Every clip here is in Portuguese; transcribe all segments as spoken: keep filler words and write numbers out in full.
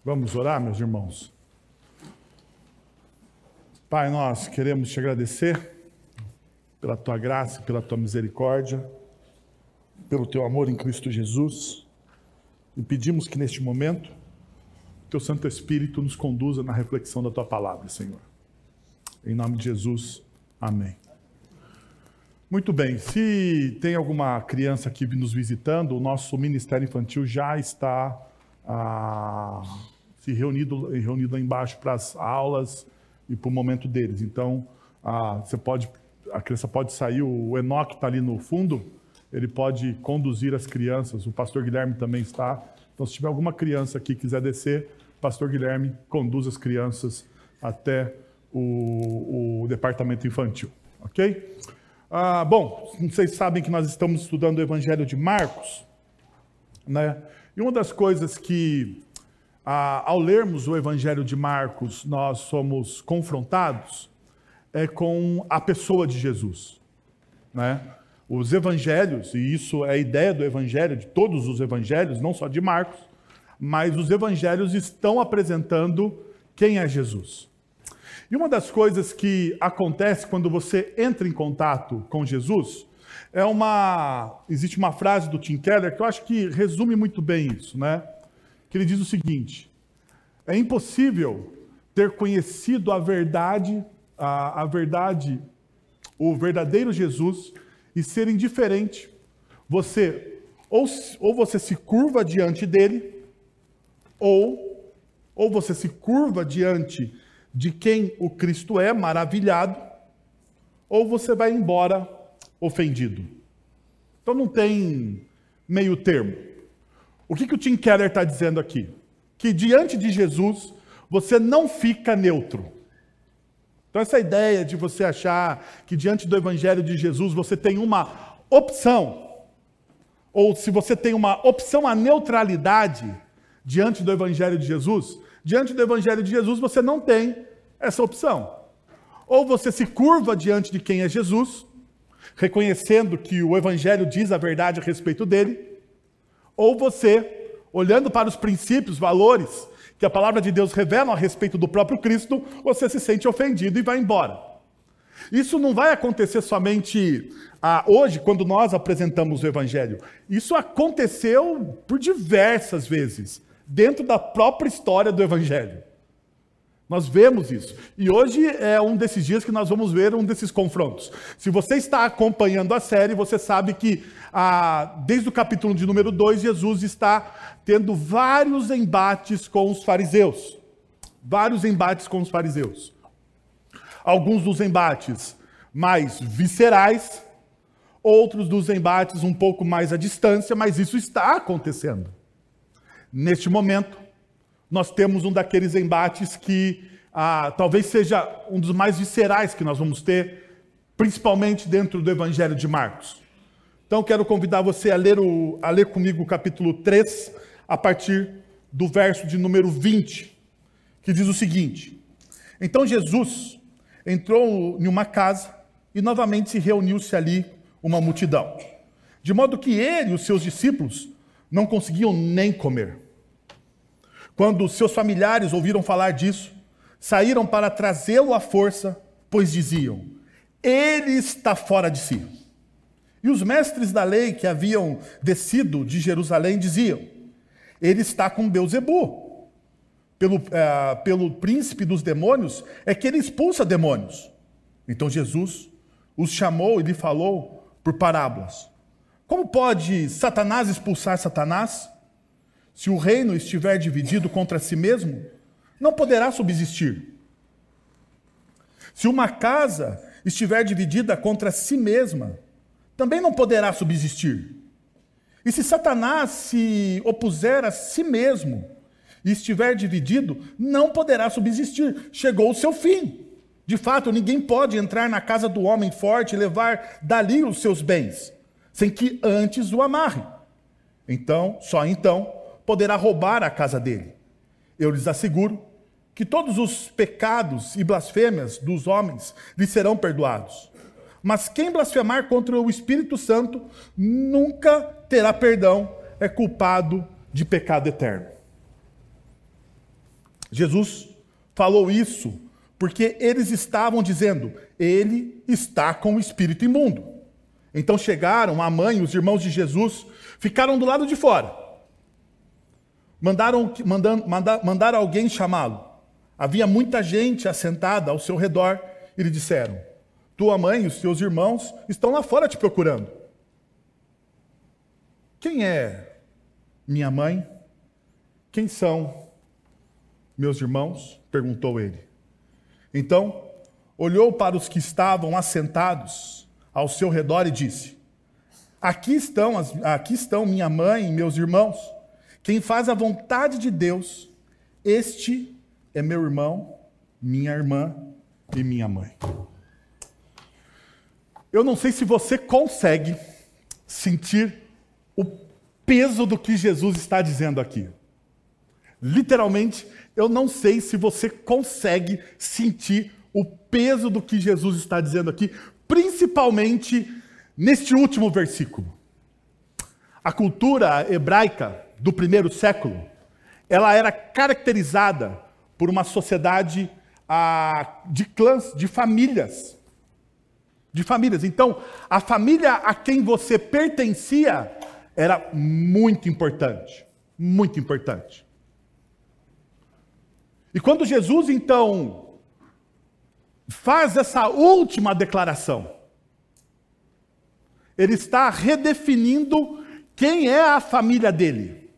Vamos orar, meus irmãos? Pai, nós queremos te agradecer pela tua graça, pela tua misericórdia, pelo teu amor em Cristo Jesus. E pedimos que neste momento, o teu Santo Espírito nos conduza na reflexão da tua palavra, Senhor. Em nome de Jesus, amém. Muito bem, se tem alguma criança aqui nos visitando, o nosso Ministério Infantil já está ah, se reunido, reunido lá embaixo para as aulas e para o momento deles. Então, ah, você pode, a criança pode sair, o Enoque está ali no fundo, ele pode conduzir as crianças, o pastor Guilherme também está. Então, se tiver alguma criança aqui que quiser descer, o pastor Guilherme conduz as crianças até o, o departamento infantil, ok? Ah, bom, vocês sabem que nós estamos estudando o Evangelho de Marcos, né? E uma das coisas que, ah, ao lermos o Evangelho de Marcos, nós somos confrontados é com a pessoa de Jesus, né? Os evangelhos, e isso é a ideia do evangelho, de todos os evangelhos, não só de Marcos, mas os evangelhos estão apresentando quem é Jesus. E uma das coisas que acontece quando você entra em contato com Jesus, é uma... existe uma frase do Tim Keller que eu acho que resume muito bem isso, né? Que ele diz o seguinte: é impossível ter conhecido a verdade, a, a verdade, o verdadeiro Jesus e ser indiferente. Você, ou, ou você se curva diante dele, ou, ou você se curva diante de quem o Cristo é, maravilhado, ou você vai embora ofendido. Então não tem meio termo. O que, que o Tim Keller está dizendo aqui? Que diante de Jesus, você não fica neutro. Então essa ideia de você achar que diante do Evangelho de Jesus você tem uma opção, ou se você tem uma opção à neutralidade diante do Evangelho de Jesus, diante do Evangelho de Jesus você não tem essa opção. Ou você se curva diante de quem é Jesus, reconhecendo que o Evangelho diz a verdade a respeito dele, ou você, olhando para os princípios, valores que a palavra de Deus revela a respeito do próprio Cristo, você se sente ofendido e vai embora. Isso não vai acontecer somente ah, hoje, quando nós apresentamos o Evangelho. Isso aconteceu por diversas vezes, dentro da própria história do Evangelho. Nós vemos isso. E hoje é um desses dias que nós vamos ver um desses confrontos. Se você está acompanhando a série, você sabe que ah, desde o capítulo de número dois, Jesus está tendo vários embates com os fariseus. Vários embates com os fariseus. Alguns dos embates mais viscerais, outros dos embates um pouco mais à distância, mas isso está acontecendo. Neste momento, nós temos um daqueles embates que ah, talvez seja um dos mais viscerais que nós vamos ter, principalmente dentro do Evangelho de Marcos. Então, quero convidar você a ler, o, a ler comigo o capítulo três, a partir do verso de número vinte, que diz o seguinte: Então Jesus entrou em uma casa e novamente se reuniu-se ali uma multidão, de modo que ele e os seus discípulos não conseguiam nem comer. Quando seus familiares ouviram falar disso, saíram para trazê-lo à força, pois diziam: ele está fora de si. E os mestres da lei que haviam descido de Jerusalém diziam: ele está com Beelzebu. Pelo, uh, pelo príncipe dos demônios é que ele expulsa demônios. Então Jesus os chamou e lhe falou por parábolas: como pode Satanás expulsar Satanás? Se o reino estiver dividido contra si mesmo, não poderá subsistir. Se uma casa estiver dividida contra si mesma, também não poderá subsistir. E se Satanás se opuser a si mesmo e estiver dividido, não poderá subsistir. Chegou o seu fim. De fato, ninguém pode entrar na casa do homem forte e levar dali os seus bens, sem que antes o amarre. Então, só então, poderá roubar a casa dele. Eu lhes asseguro que todos os pecados e blasfêmias dos homens lhes serão perdoados. Mas quem blasfemar contra o Espírito Santo nunca terá perdão, é culpado de pecado eterno. Jesus falou isso porque eles estavam dizendo, ele está com o espírito imundo. Então chegaram a mãe e os irmãos de Jesus, ficaram do lado de fora. Mandaram, mandaram, mandaram alguém chamá-lo. Havia muita gente assentada ao seu redor e lhe disseram, tua mãe e os seus irmãos estão lá fora te procurando. Quem é minha mãe? Quem são meus irmãos? Perguntou ele. Então, olhou para os que estavam assentados ao seu redor e disse, aqui estão, as, aqui estão minha mãe e meus irmãos. Quem faz a vontade de Deus, este é meu irmão, minha irmã e minha mãe. Eu não sei se você consegue sentir o peso do que Jesus está dizendo aqui. Literalmente, eu não sei se você consegue sentir o peso do que Jesus está dizendo aqui, principalmente neste último versículo. A cultura hebraica do primeiro século, ela era caracterizada por uma sociedade ah, de clãs, de famílias. De famílias. Então, a família a quem você pertencia era muito importante. Muito importante. E quando Jesus, então, faz essa última declaração, ele está redefinindo quem é a família dele.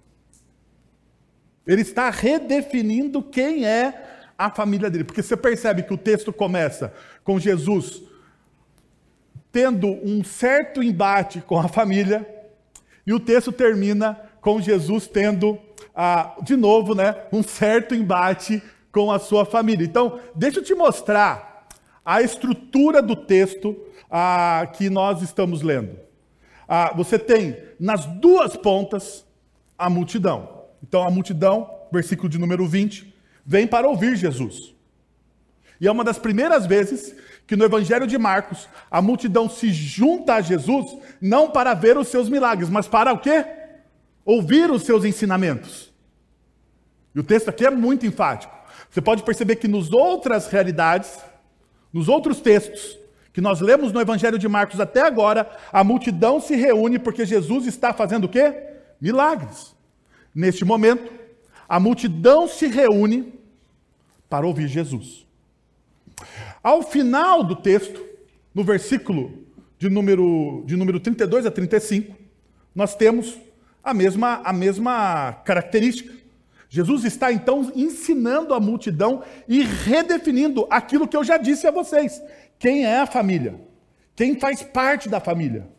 Ele está redefinindo quem é a família dele. Porque você percebe que o texto começa com Jesus tendo um certo embate com a família, e o texto termina com Jesus tendo, ah, de novo, né, um certo embate com a sua família. Então, deixa eu te mostrar a estrutura do texto ah, que nós estamos lendo. Ah, você tem nas duas pontas a multidão. Então, a multidão, versículo de número vinte, vem para ouvir Jesus. E é uma das primeiras vezes que no Evangelho de Marcos, a multidão se junta a Jesus, não para ver os seus milagres, mas para o quê? Ouvir os seus ensinamentos. E o texto aqui é muito enfático. Você pode perceber que nos outras realidades, nos outros textos, que nós lemos no Evangelho de Marcos até agora, a multidão se reúne porque Jesus está fazendo o quê? Milagres. Neste momento, a multidão se reúne para ouvir Jesus. Ao final do texto, no versículo de número, de número trinta e dois a trinta e cinco, nós temos a mesma, a mesma característica. Jesus está então ensinando a multidão e redefinindo aquilo que eu já disse a vocês. Quem é a família? Quem faz parte da família?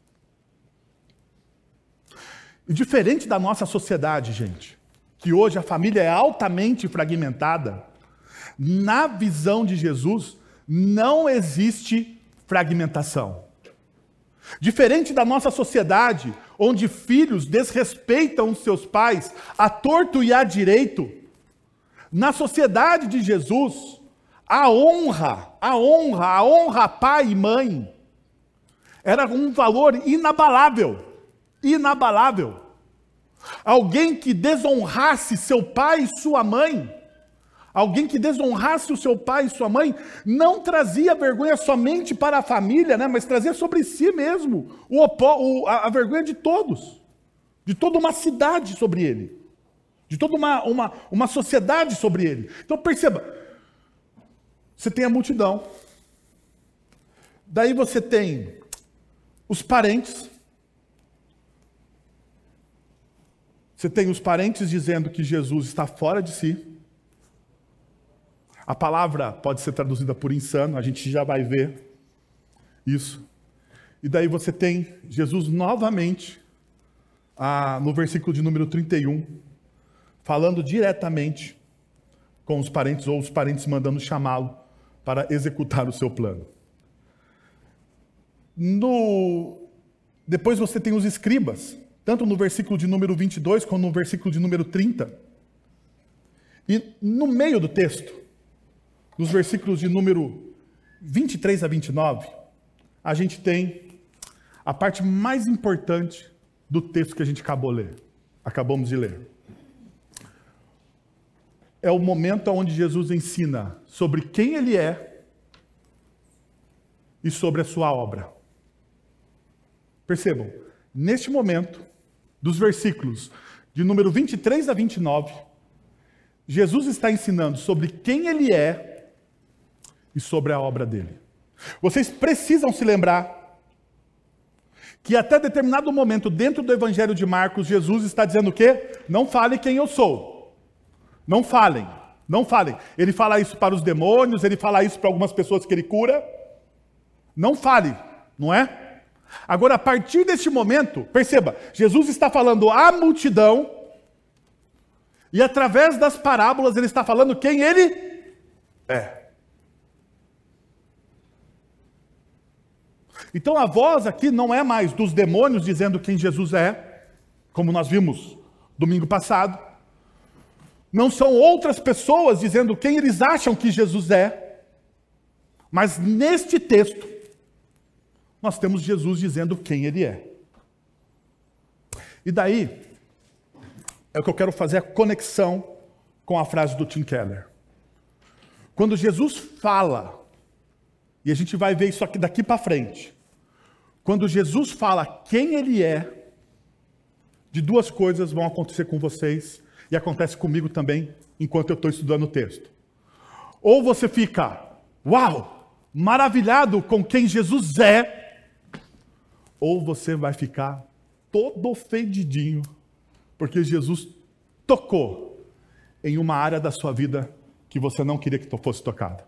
E diferente da nossa sociedade, gente, que hoje a família é altamente fragmentada, na visão de Jesus, não existe fragmentação. Diferente da nossa sociedade, onde filhos desrespeitam os seus pais a torto e a direito, na sociedade de Jesus, a honra, a honra, a honra a pai e mãe, era um valor inabalável, inabalável. Alguém que desonrasse seu pai e sua mãe, alguém que desonrasse o seu pai e sua mãe, não trazia vergonha somente para a família, né, mas trazia sobre si mesmo o, o, a, a vergonha de todos, de toda uma cidade sobre ele, de toda uma, uma, uma sociedade sobre ele. Então perceba, você tem a multidão, daí você tem os parentes, você tem os parentes dizendo que Jesus está fora de si. A palavra pode ser traduzida por insano, a gente já vai ver isso. E daí você tem Jesus novamente, ah, no versículo de número trinta e um, falando diretamente com os parentes, ou os parentes mandando chamá-lo para executar o seu plano. No... Depois você tem os escribas, tanto no versículo de número vinte e dois, como no versículo de número trinta. E no meio do texto, nos versículos de número vinte e três a vinte e nove, a gente tem a parte mais importante do texto que a gente acabou, ler, acabamos de ler. é o momento onde Jesus ensina sobre quem ele é e sobre a sua obra. Percebam, neste momento, dos versículos de número vinte e três a vinte e nove, Jesus está ensinando sobre quem ele é e sobre a obra dele. Vocês precisam se lembrar que até determinado momento dentro do Evangelho de Marcos, Jesus está dizendo o quê? Não fale quem eu sou. Não falem, não falem. Ele fala isso para os demônios, ele fala isso para algumas pessoas que ele cura. Não fale, não é? Agora, a partir deste momento, perceba, Jesus está falando à multidão e através das parábolas ele está falando quem ele é. Então a voz aqui não é mais dos demônios dizendo quem Jesus é, como nós vimos domingo passado. Não são outras pessoas dizendo quem eles acham que Jesus é. Mas neste texto, nós temos Jesus dizendo quem ele é. E daí, é o que eu quero fazer a conexão com a frase do Tim Keller. Quando Jesus fala, e a gente vai ver isso aqui daqui para frente, quando Jesus fala quem ele é, de duas coisas vão acontecer com vocês, e acontece comigo também, enquanto eu estou estudando o texto. Ou você fica, uau, maravilhado com quem Jesus é, ou você vai ficar todo ofendidinho, porque Jesus tocou em uma área da sua vida que você não queria que fosse tocada.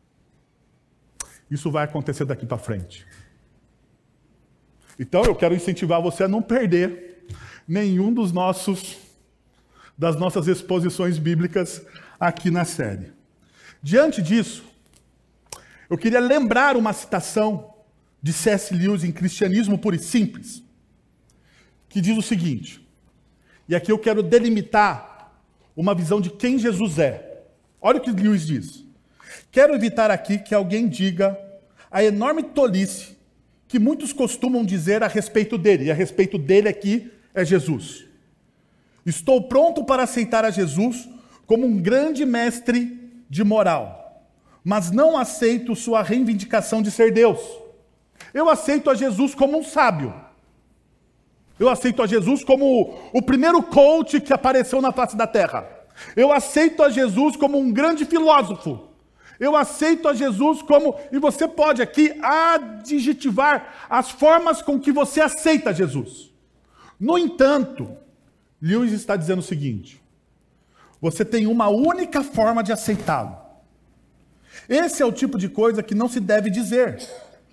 Isso vai acontecer daqui para frente. Então eu quero incentivar você a não perder nenhum dos nossos, das nossas exposições bíblicas aqui na série. Diante disso, eu queria lembrar uma citação de C S Lewis em Cristianismo Puro e Simples, que diz o seguinte, e aqui eu quero delimitar uma visão de quem Jesus é. Olha o que Lewis diz. Quero evitar aqui que alguém diga a enorme tolice que muitos costumam dizer a respeito dele, e a respeito dele aqui é Jesus. Estou pronto para aceitar a Jesus como um grande mestre de moral, mas não aceito sua reivindicação de ser Deus. Eu aceito a Jesus como um sábio. Eu aceito a Jesus como o primeiro coach que apareceu na face da terra. Eu aceito a Jesus como um grande filósofo. Eu aceito a Jesus como... E você pode aqui adjetivar as formas com que você aceita Jesus. No entanto, Lewis está dizendo o seguinte. Você tem uma única forma de aceitá-lo. Esse é o tipo de coisa que não se deve dizer.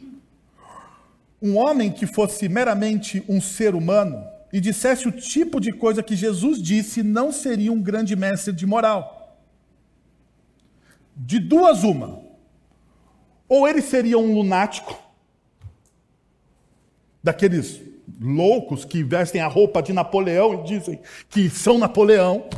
Um homem que fosse meramente um ser humano e dissesse o tipo de coisa que Jesus disse não seria um grande mestre de moral. De duas uma. Ou ele seria um lunático, daqueles loucos que vestem a roupa de Napoleão e dizem que são Napoleão,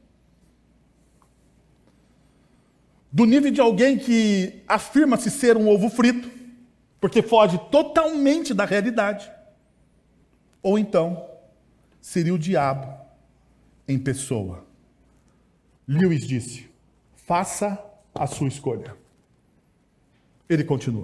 do nível de alguém que afirma-se ser um ovo frito, porque foge totalmente da realidade, ou então seria o diabo em pessoa. Lewis disse, faça a sua escolha. Ele continua.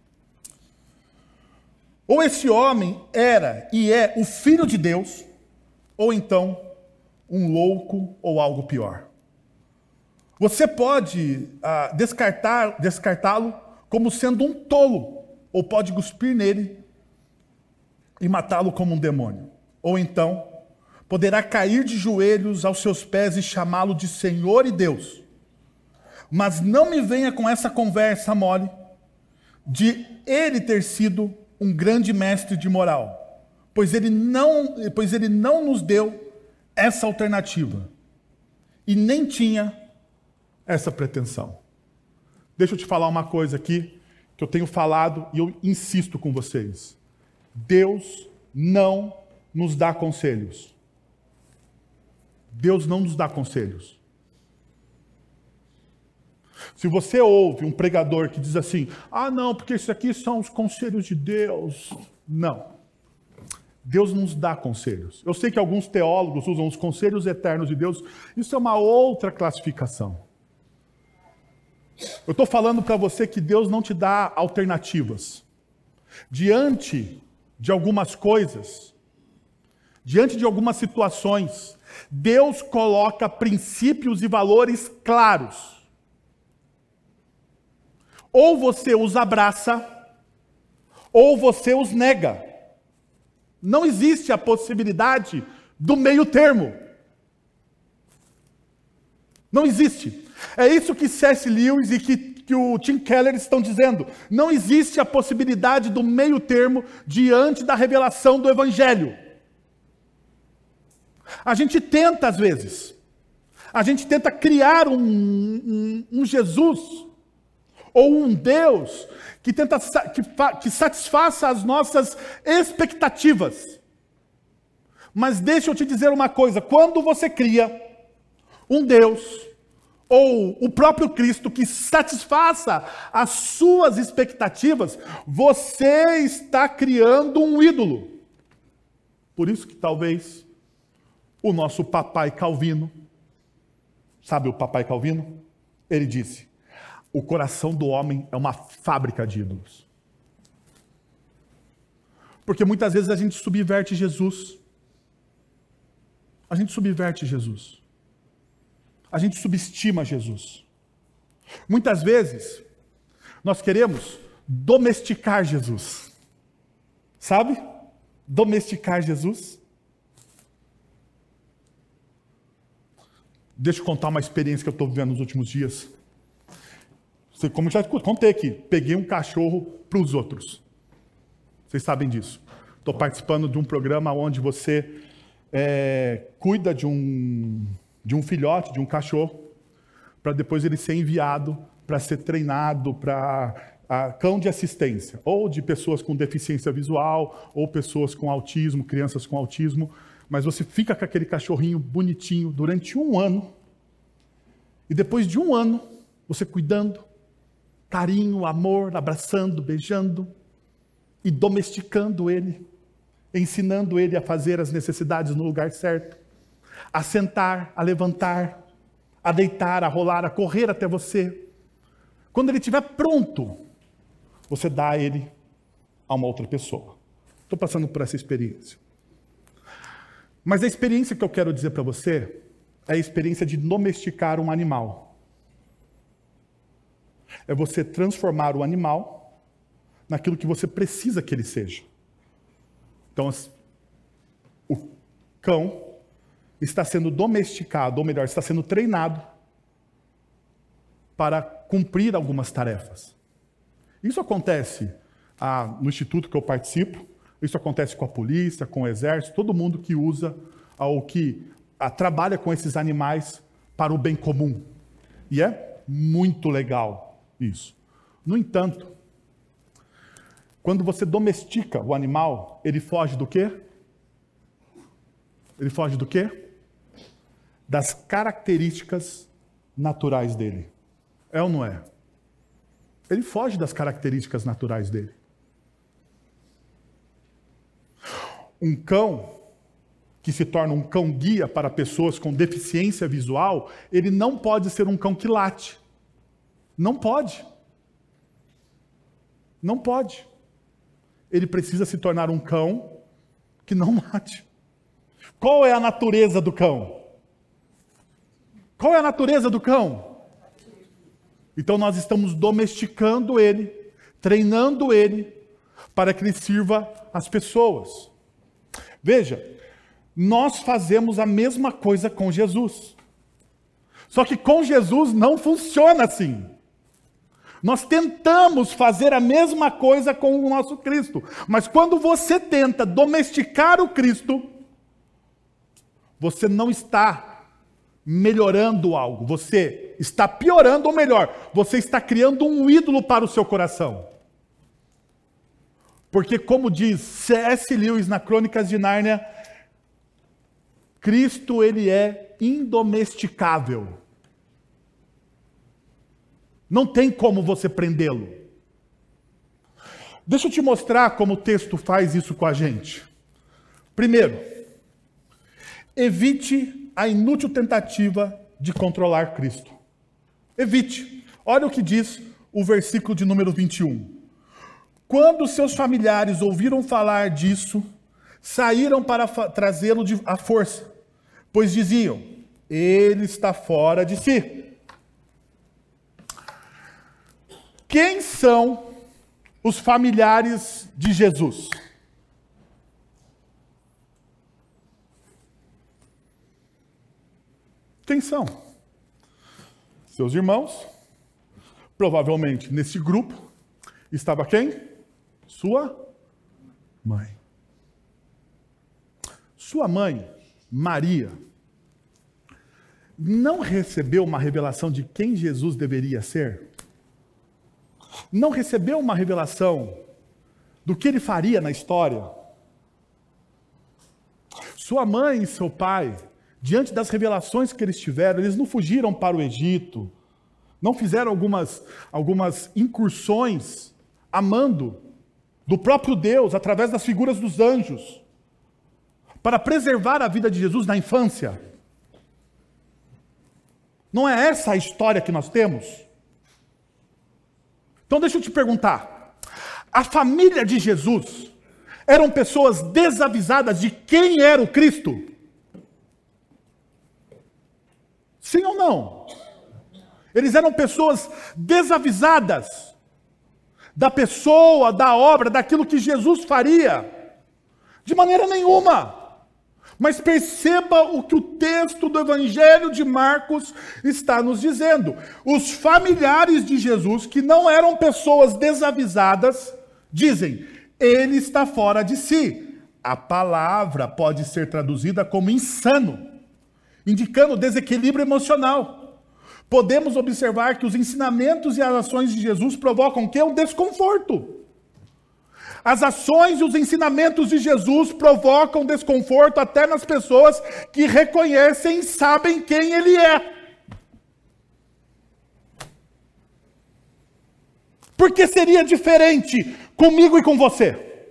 Ou esse homem era e é o filho de Deus, ou então um louco ou algo pior. Você pode ah, descartar, descartá-lo como sendo um tolo, ou pode cuspir nele e matá-lo como um demônio. Ou então poderá cair de joelhos aos seus pés e chamá-lo de Senhor e Deus. Mas não me venha com essa conversa mole de ele ter sido um grande mestre de moral, pois ele não, pois ele não nos deu essa alternativa e nem tinha essa pretensão. Deixa eu te falar uma coisa aqui que eu tenho falado e eu insisto com vocês. Deus não nos dá conselhos. Deus não nos dá conselhos. Se você ouve um pregador que diz assim, ah não, porque isso aqui são os conselhos de Deus. Não. Deus nos dá conselhos. Eu sei que alguns teólogos usam os conselhos eternos de Deus. Isso é uma outra classificação. Eu estou falando para você que Deus não te dá alternativas. Diante de algumas coisas, diante de algumas situações, Deus coloca princípios e valores claros. Ou você os abraça, ou você os nega. Não existe a possibilidade do meio termo. Não existe. É isso que C S Lewis e que, que o Tim Keller estão dizendo. Não existe a possibilidade do meio termo diante da revelação do Evangelho. A gente tenta, às vezes, a gente tenta criar um, um, um Jesus ou um Deus que, tenta, que, que satisfaça as nossas expectativas. Mas deixa eu te dizer uma coisa, quando você cria um Deus ou o próprio Cristo que satisfaça as suas expectativas, você está criando um ídolo. Por isso que talvez o nosso papai Calvino, sabe o papai Calvino? Ele disse, o coração do homem é uma fábrica de ídolos. Porque muitas vezes a gente subverte Jesus. A gente subverte Jesus. A gente subestima Jesus. Muitas vezes, nós queremos domesticar Jesus. Sabe? Domesticar Jesus. Deixa eu contar uma experiência que eu estou vivendo nos últimos dias. Como eu já contei aqui, peguei um cachorro para os outros. Vocês sabem disso. Estou participando de um programa onde você é, cuida de um, de um filhote, de um cachorro, para depois ele ser enviado para ser treinado para a cão de assistência, ou de pessoas com deficiência visual, ou pessoas com autismo, crianças com autismo. Mas você fica com aquele cachorrinho bonitinho durante um ano, e depois de um ano, você cuidando, carinho, amor, abraçando, beijando, e domesticando ele, ensinando ele a fazer as necessidades no lugar certo, a sentar, a levantar, a deitar, a rolar, a correr até você. Quando ele estiver pronto, você dá ele a uma outra pessoa. Estou passando por essa experiência. Mas a experiência que eu quero dizer para você é a experiência de domesticar um animal. É você transformar o animal naquilo que você precisa que ele seja. Então, o cão está sendo domesticado, ou melhor, está sendo treinado para cumprir algumas tarefas. Isso acontece ah, no instituto que eu participo, isso acontece com a polícia, com o exército, todo mundo que usa ah, ou que ah, trabalha com esses animais para o bem comum. E é muito legal isso. No entanto, quando você domestica o animal, ele foge do quê? Ele foge do quê? Das características naturais dele. É ou não é? Ele foge das características naturais dele. Um cão que se torna um cão guia para pessoas com deficiência visual, ele não pode ser um cão que late. Não pode. Não pode. Ele precisa se tornar um cão que não late. Qual é a natureza do cão? Qual é a natureza do cão? Então nós estamos domesticando ele, treinando ele, para que ele sirva às pessoas. Veja, nós fazemos a mesma coisa com Jesus. Só que com Jesus não funciona assim. Nós tentamos fazer a mesma coisa com o nosso Cristo. Mas quando você tenta domesticar o Cristo, você não está melhorando algo. Você está piorando, ou melhor, você está criando um ídolo para o seu coração. Porque, como diz C S Lewis na Crônicas de Nárnia, Cristo, ele é indomesticável. Não tem como você prendê-lo. Deixa eu te mostrar como o texto faz isso com a gente. Primeiro, evite a inútil tentativa de controlar Cristo. Evite. Olha o que diz o versículo de número vinte e um. Quando seus familiares ouviram falar disso, saíram para trazê-lo à força, pois diziam, ele está fora de si. Quem são os familiares de Jesus? Quem são? Seus irmãos. Provavelmente nesse grupo estava quem? Sua mãe. Sua mãe, Maria, não recebeu uma revelação de quem Jesus deveria ser? Não recebeu uma revelação do que ele faria na história? Sua mãe e seu pai, diante das revelações que eles tiveram, eles não fugiram para o Egito, não fizeram algumas, algumas incursões amando do próprio Deus, através das figuras dos anjos, para preservar a vida de Jesus na infância. Não é essa a história que nós temos? Então deixa eu te perguntar, a família de Jesus eram pessoas desavisadas de quem era o Cristo? Sim ou não? Eles eram pessoas desavisadas da pessoa, da obra, daquilo que Jesus faria? De maneira nenhuma. Mas perceba o que o texto do Evangelho de Marcos está nos dizendo. Os familiares de Jesus, que não eram pessoas desavisadas, dizem, ele está fora de si. A palavra pode ser traduzida como insano, indicando desequilíbrio emocional. Podemos observar que os ensinamentos e as ações de Jesus provocam o quê? Um desconforto. As ações e os ensinamentos de Jesus provocam desconforto até nas pessoas que reconhecem e sabem quem ele é. Por que seria diferente comigo e com você?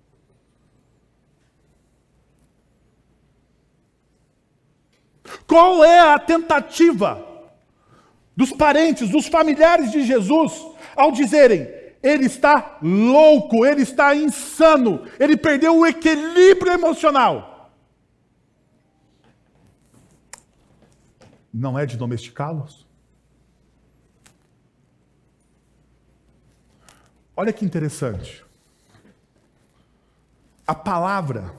Qual é a tentativa dos parentes, dos familiares de Jesus, ao dizerem, ele está louco, ele está insano, ele perdeu o equilíbrio emocional? Não é de domesticá-los? Olha que interessante. A palavra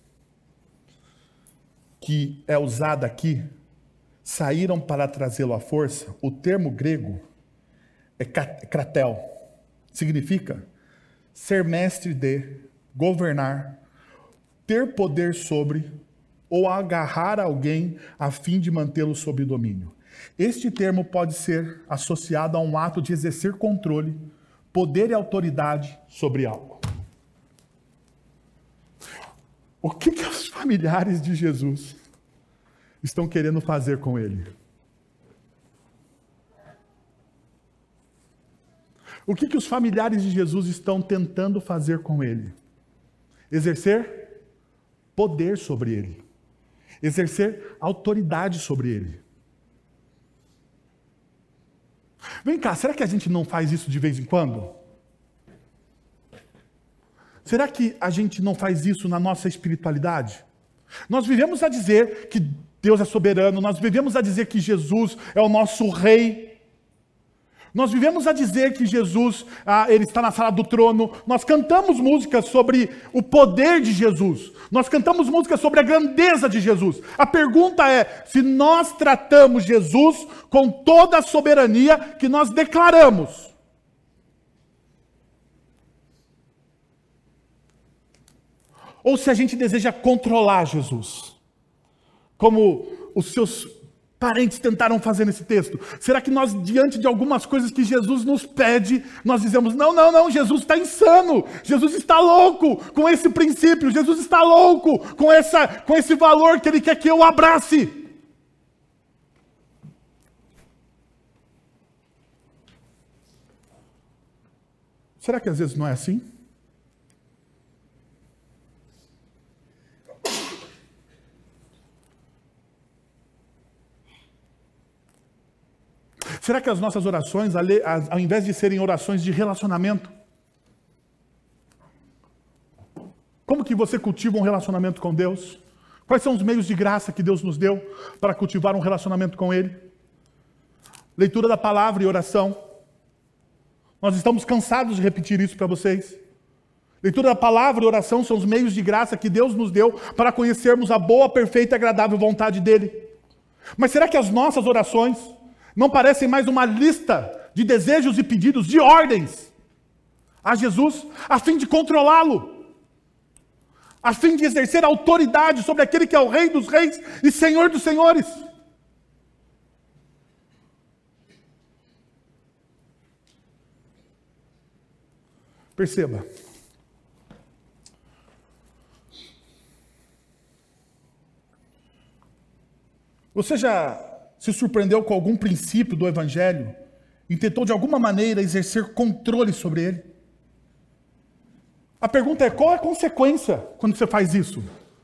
que é usada aqui, saíram para trazê-lo à força, o termo grego é kratel. Significa ser mestre de, governar, ter poder sobre ou agarrar alguém a fim de mantê-lo sob domínio. Este termo pode ser associado a um ato de exercer controle, poder e autoridade sobre algo. O que, que os familiares de Jesus estão querendo fazer com ele? O que, que os familiares de Jesus estão tentando fazer com ele? Exercer poder sobre ele. Exercer autoridade sobre ele. Vem cá, será que a gente não faz isso de vez em quando? Será que a gente não faz isso na nossa espiritualidade? Nós vivemos a dizer que Deus é soberano, nós vivemos a dizer que Jesus é o nosso rei. Nós vivemos a dizer que Jesus, ah, ele está na sala do trono. Nós cantamos músicas sobre o poder de Jesus. Nós cantamos músicas sobre a grandeza de Jesus. A pergunta é, se nós tratamos Jesus com toda a soberania que nós declaramos. Ou se a gente deseja controlar Jesus, como os seus parentes tentaram fazer nesse texto. Será que nós, diante de algumas coisas que Jesus nos pede, nós dizemos, não, não, não, Jesus está insano, Jesus está louco com esse princípio, Jesus está louco com, essa, com esse valor que ele quer que eu abrace. Será que às vezes não é assim? Será que as nossas orações, ao invés de serem orações de relacionamento, como que você cultiva um relacionamento com Deus? Quais são os meios de graça que Deus nos deu para cultivar um relacionamento com Ele? Leitura da palavra e oração. Nós estamos cansados de repetir isso para vocês. Leitura da palavra e oração são os meios de graça que Deus nos deu para conhecermos a boa, perfeita e agradável vontade dEle. Mas será que as nossas orações não parecem mais uma lista de desejos e pedidos, de ordens a Jesus, a fim de controlá-lo, a fim de exercer autoridade sobre aquele que é o Rei dos Reis e Senhor dos Senhores? Perceba. Você já se surpreendeu com algum princípio do Evangelho e tentou de alguma maneira exercer controle sobre ele? A pergunta é, qual é a consequência quando você faz isso?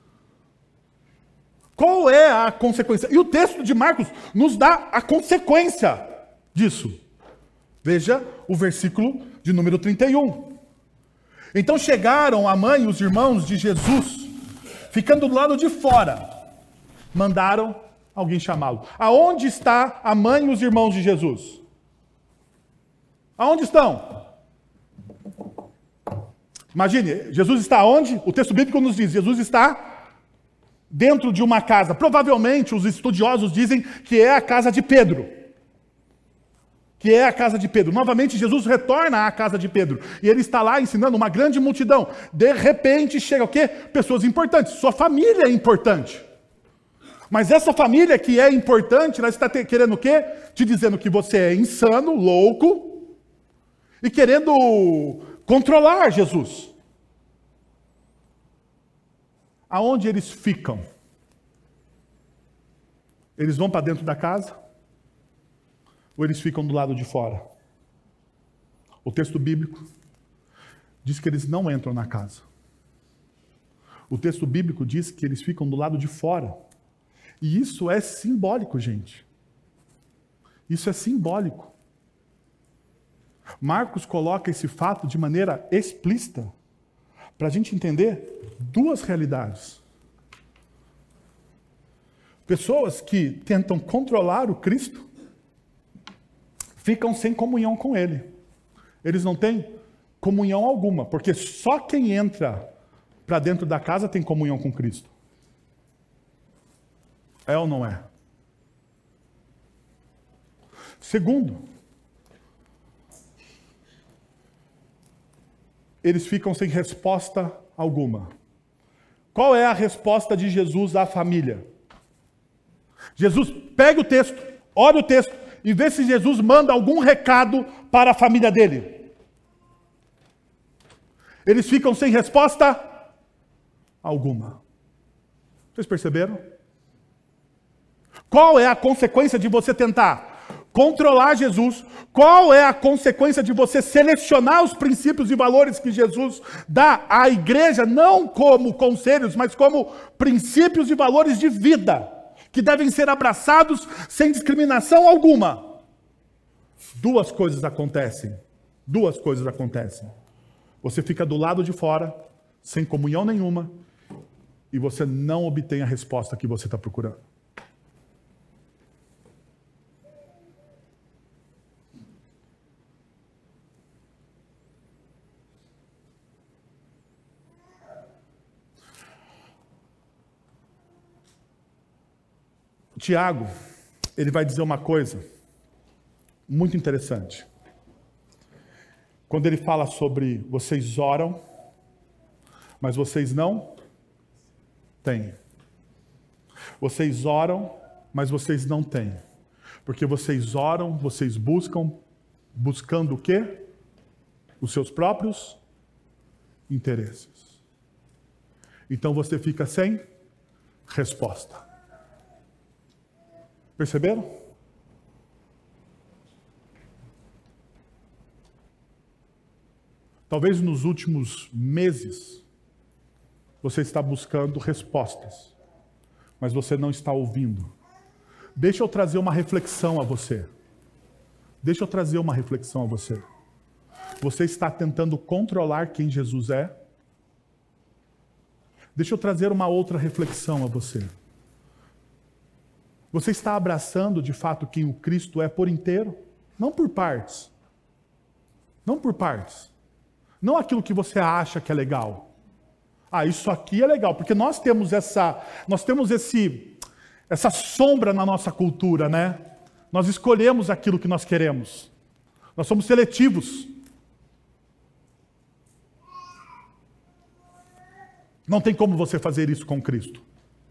Qual é a consequência? E o texto de Marcos nos dá a consequência disso. Veja o versículo de número trinta e um. Então chegaram a mãe e os irmãos de Jesus, ficando do lado de fora, mandaram alguém chamá-lo. Aonde está a mãe e os irmãos de Jesus? Aonde estão? Imagine, Jesus está onde? O texto bíblico nos diz, Jesus está dentro de uma casa. Provavelmente os estudiosos dizem que é a casa de Pedro. Que é a casa de Pedro. Novamente Jesus retorna à casa de Pedro. E ele está lá ensinando uma grande multidão. De repente chega o quê? Pessoas importantes. Sua família é importante. Mas essa família que é importante, ela está te, querendo o quê? Te dizendo que você é insano, louco, e querendo controlar Jesus. Aonde eles ficam? Eles vão para dentro da casa? Ou eles ficam do lado de fora? O texto bíblico diz que eles não entram na casa. O texto bíblico diz que eles ficam do lado de fora. E isso é simbólico, gente. Isso é simbólico. Marcos coloca esse fato de maneira explícita para a gente entender duas realidades. Pessoas que tentam controlar o Cristo ficam sem comunhão com Ele. Eles não têm comunhão alguma, porque só quem entra para dentro da casa tem comunhão com Cristo. É ou não é? Segundo, eles ficam sem resposta alguma. Qual é a resposta de Jesus à família? Jesus pega o texto, olha o texto e vê se Jesus manda algum recado para a família dele. Eles ficam sem resposta alguma. Vocês perceberam? Qual é a consequência de você tentar controlar Jesus? Qual é a consequência de você selecionar os princípios e valores que Jesus dá à igreja, não como conselhos, mas como princípios e valores de vida, que devem ser abraçados sem discriminação alguma? Duas coisas acontecem. Duas coisas acontecem. Você fica do lado de fora, sem comunhão nenhuma, e você não obtém a resposta que você está procurando. Tiago, ele vai dizer uma coisa muito interessante. Quando ele fala sobre vocês oram, mas vocês não têm. Vocês oram, mas vocês não têm. Porque vocês oram, vocês buscam, buscando o quê? Os seus próprios interesses. Então você fica sem resposta. Perceberam? Talvez nos últimos meses você está buscando respostas, mas você não está ouvindo. Deixa eu trazer uma reflexão a você. Deixa eu trazer uma reflexão a você. Você está tentando controlar quem Jesus é? Deixa eu trazer uma outra reflexão a você. Você está abraçando de fato quem o Cristo é por inteiro? Não por partes. Não por partes. Não aquilo que você acha que é legal. Ah, isso aqui é legal, porque nós temos essa, nós temos esse, essa sombra na nossa cultura, né? Nós escolhemos aquilo que nós queremos. Nós somos seletivos. Não tem como você fazer isso com Cristo.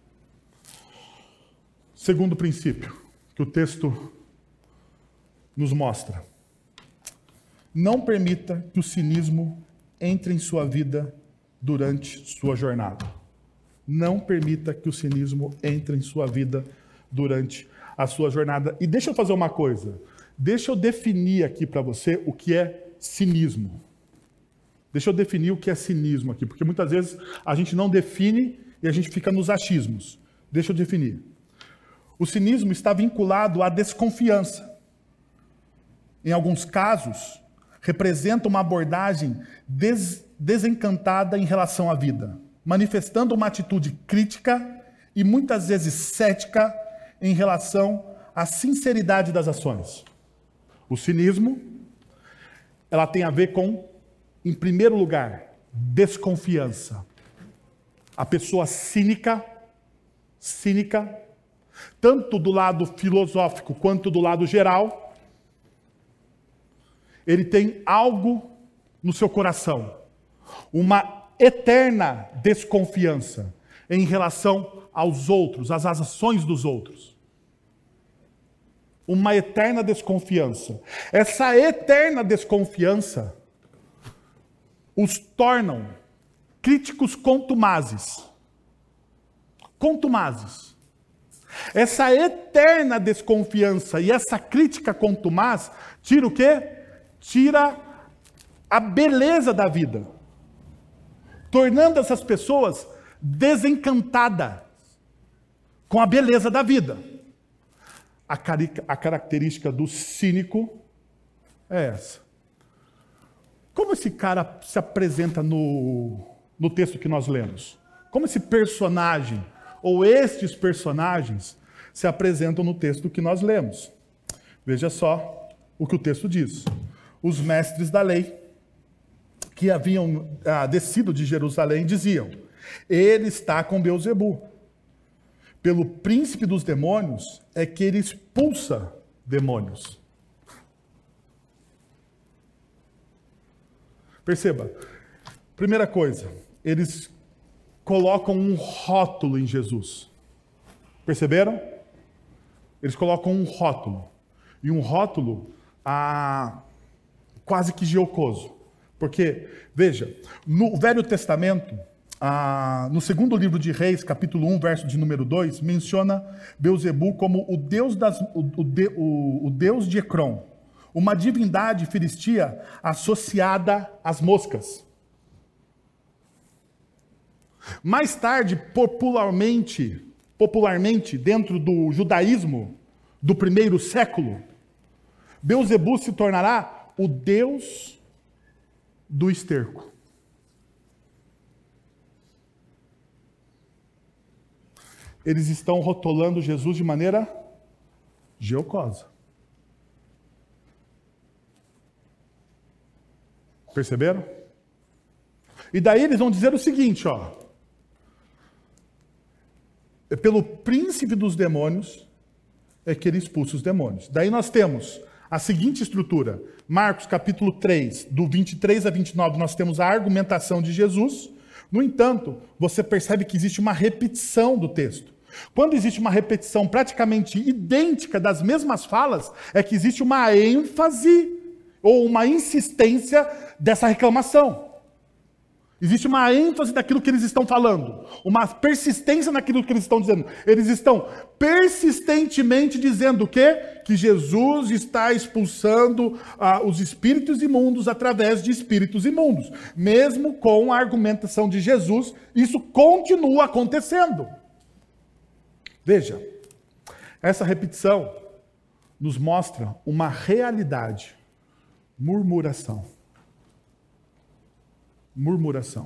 Segundo princípio que o texto nos mostra. Não permita que o cinismo entre em sua vida durante sua jornada. Não permita que o cinismo entre em sua vida durante a sua jornada. E deixa eu fazer uma coisa. Deixa eu definir aqui para você o que é cinismo. Deixa eu definir o que é cinismo aqui, porque muitas vezes a gente não define e a gente fica nos achismos. Deixa eu definir. O cinismo está vinculado à desconfiança. Em alguns casos, representa uma abordagem des- desencantada em relação à vida, manifestando uma atitude crítica e muitas vezes cética em relação à sinceridade das ações. O cinismo, ela tem a ver com, em primeiro lugar, desconfiança. A pessoa cínica, cínica, tanto do lado filosófico quanto do lado geral, ele tem algo no seu coração, uma eterna desconfiança em relação aos outros, às ações dos outros. Uma eterna desconfiança. Essa eterna desconfiança os tornam críticos contumazes. Contumazes. Essa eterna desconfiança e essa crítica contumaz tira o quê? Tira a beleza da vida, tornando essas pessoas desencantadas com a beleza da vida. A, cari- a característica do cínico é essa. Como esse cara se apresenta no, no texto que nós lemos? Como esse personagem, ou estes personagens, se apresentam no texto que nós lemos? Veja só o que o texto diz. Os mestres da lei, que haviam ah, descido de Jerusalém, diziam: ele está com Beelzebu. Pelo príncipe dos demônios é que ele expulsa demônios. Perceba, primeira coisa, eles colocam um rótulo em Jesus. Perceberam? Eles colocam um rótulo. E um rótulo ah, quase que jocoso. Porque, veja, no Velho Testamento, ah, no segundo livro de Reis, capítulo um, verso de número dois, menciona Beelzebu como o deus, das, o, o, de, o, o deus de Ecrom, uma divindade filistia associada às moscas. Mais tarde, popularmente, popularmente, dentro do judaísmo do primeiro século, Beelzebu se tornará o deus do esterco. Eles estão rotulando Jesus de maneira jocosa. Perceberam? E daí eles vão dizer o seguinte, ó. Pelo príncipe dos demônios é que ele expulsa os demônios. Daí nós temos a seguinte estrutura. Marcos capítulo três, do vinte e três a vinte e nove, nós temos a argumentação de Jesus. No entanto, você percebe que existe uma repetição do texto. Quando existe uma repetição praticamente idêntica das mesmas falas, é que existe uma ênfase ou uma insistência dessa reclamação. Existe uma ênfase daquilo que eles estão falando, uma persistência naquilo que eles estão dizendo. Eles estão persistentemente dizendo o quê? Que Jesus está expulsando ah, os espíritos imundos através de espíritos imundos. Mesmo com a argumentação de Jesus, isso continua acontecendo. Veja, essa repetição nos mostra uma realidade. Murmuração. Murmuração.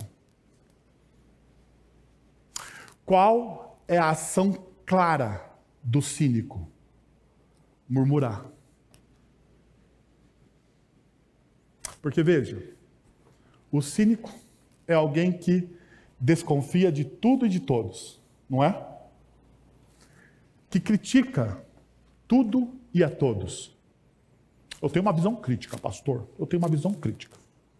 Qual é a ação clara do cínico? Murmurar. Porque veja, o cínico é alguém que desconfia de tudo e de todos, não é? Que critica tudo e a todos. Eu tenho uma visão crítica, pastor. Eu tenho uma visão crítica.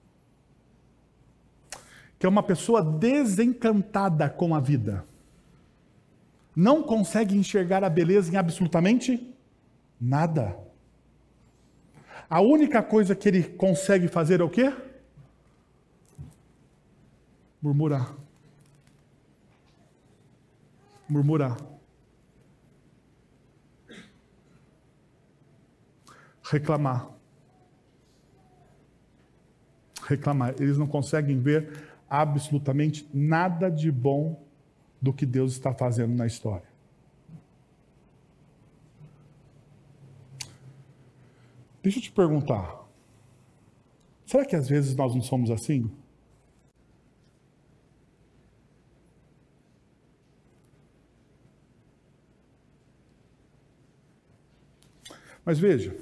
Que é uma pessoa desencantada com a vida. Não consegue enxergar a beleza em absolutamente nada. A única coisa que ele consegue fazer é o quê? Murmurar. Murmurar. Reclamar. Reclamar. Eles não conseguem ver absolutamente nada de bom do que Deus está fazendo na história. Deixa eu te perguntar. Será que às vezes nós não somos assim? Mas veja,